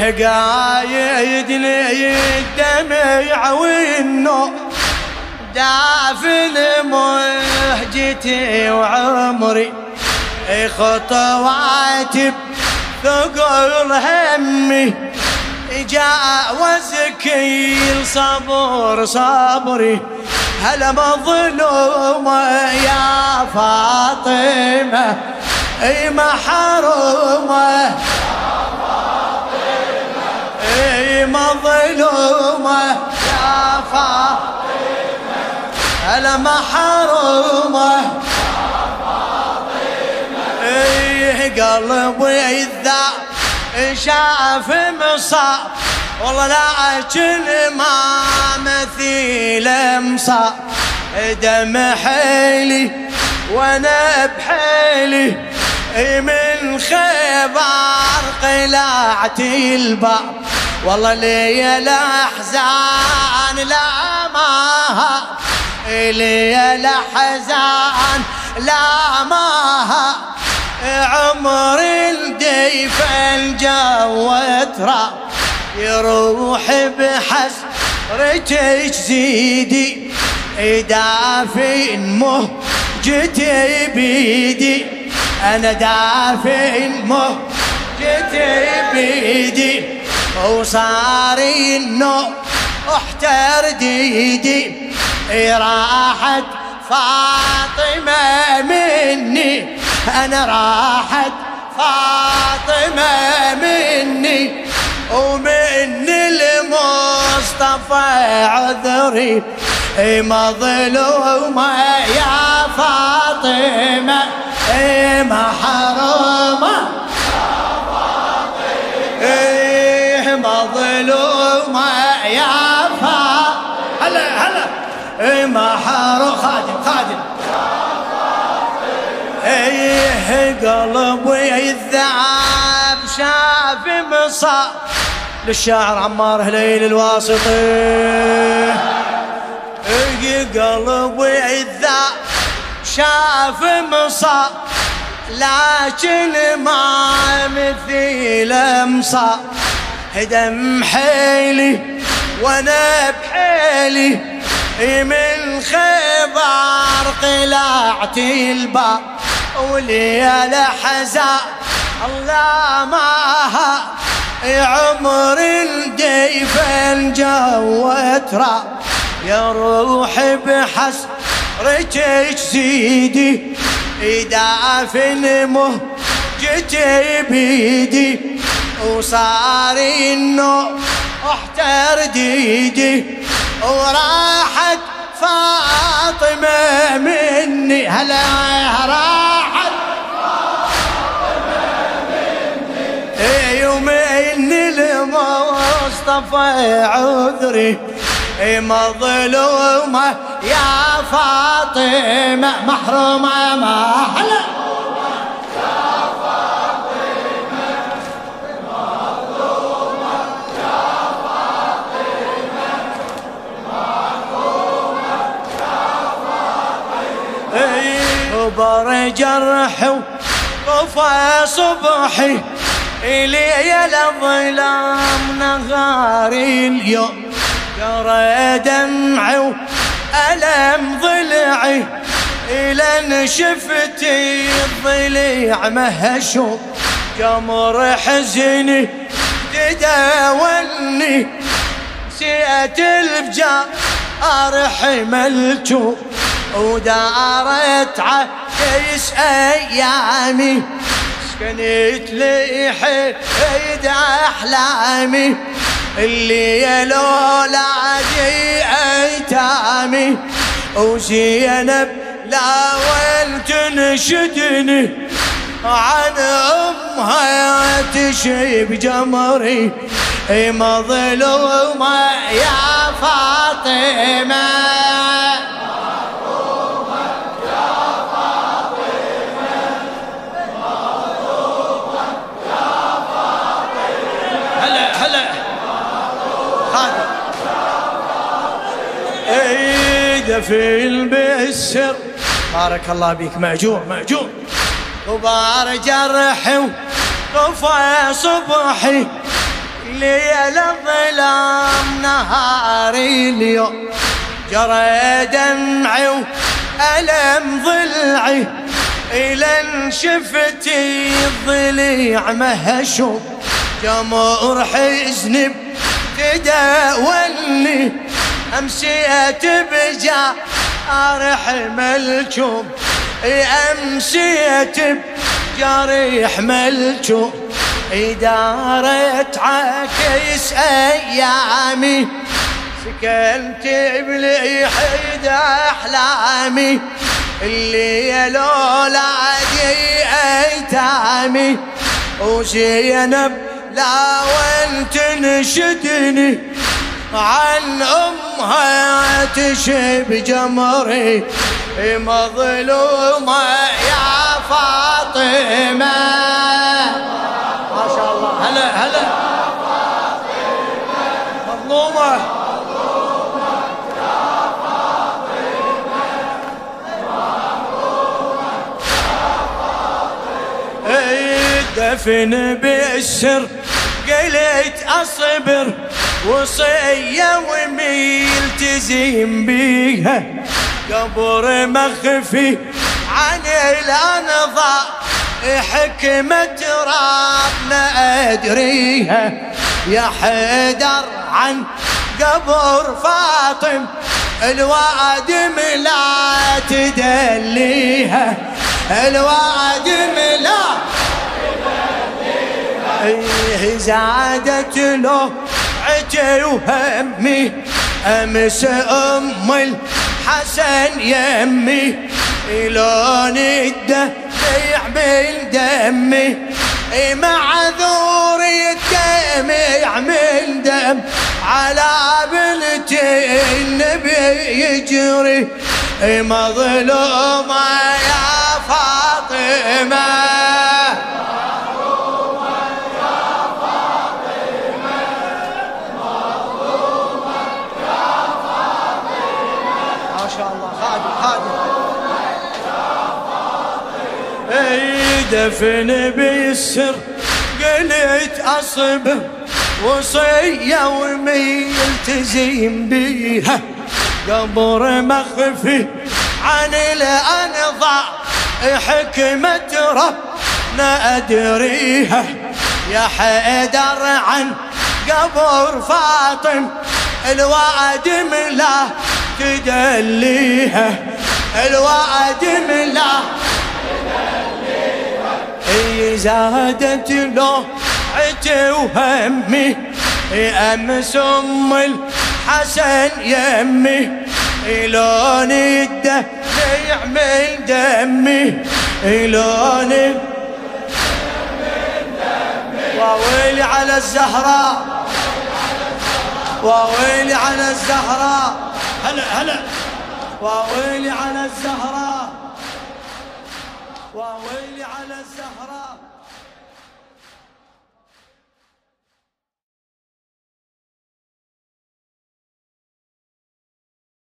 قايدني الدمع والنوم دافن مهجتي وعمري خطواتي بثقل همي جاوز كل صبر صبري هلا مظلومة يا فاطمة اي محرومة اي مظلومة يا فاطمة هلا محرومة اي قلبي الذا شاف مصاب والله لكن ما مثيل مصاب دم حيلي وانا بحيلي من خبر قلعت الباب والله لي الاحزان لا ماها لي الاحزان لا ماها عمر الديف الجو ترى يروح بحسرتك زيدي دافن مهجتي بيدي انا دافن مهجتي بيدي وصار النوم احتر ديدي راحت فاطمة مني أنا راحت فاطمة مني ومن المصطفى عذري مظلومة يا فاطمة محرومة يا فاطمة مظلومة يا فاطمة هلا محروم خادم قلبي الذعب شاف مصاب للشاعر عمار هليل الواسطي قلبي الذعب شاف مصاب لكن ما مثيل مصاب دم حيلي وانا بحيلي من خبر قلعت الباب ولي الاحزان الله معها عمر الديف الجو ترى يروح بحسرتك زيدي دافن مهجتي بيدي وصار النوم احتر ديدي وراحت فاطمة مني هلا راحت فاطمة مني ومن المصطفى عذري مظلومة يا فاطمة محرومة ما هلا كبر جرحي وطفى صبحي ليل الظلام نهاري اليوم جرى دمعي وألم ضلعي لأن شفتي الضليع مهشوم جمر حزني تداولني سيئة الفجار حملته ودارت عكيس ايامي سكنت لي حيد احلامي اللي لولادي ايتامي وزينب لا تنشدني عن امها تشيب جمري مظلومة يا فاطمة في البسر بارك الله بيك مأجور وبار جرحي وطفى صبحي ليل ظلام نهاري اليوم جرى دمعي وألم ضلعي إلى شفتي الضليع مهشوم جمهور حزن تداولني أمسيت بجارح ملجوم أمسيت بجارح ملجوم دارت عكس أيامي سكنت بلحد أحلامي اللي لولادي أيتامي وزينب لا وانت تنشدني عن أمها تشب جمري مظلومة يا فاطمة ما شاء الله هلا هلا مظلومة دفن بالسر قلت أصبر وصية وميلتزم بيها قبر مخفي عن الأنظار حكمة ربنا أدريها يا حيدر عن قبر فاطم الوادم لا تدليها الوادم لا تدليها زادت له عتي وهمي أمس أم الحسن يمي لون الدمع من دمي معذور الدمع من دم على بنتي النبي يجري مظلومة يا فاطمة دفن بالسر قلت أصبر وصية وميلتزم بيها قبر مخفي عن الأنظار حكمة ربنا أدريها يا حيدر عن قبر فاطم الوادم لا تدليها الوادم لا زادت له عتي وهمي أمس أم الحسن يمي لون الدمع من دمي لون وويلي على الزهراء وويلي على الزهراء هلا هلا وويلي على الزهراء وويلي على الزهراء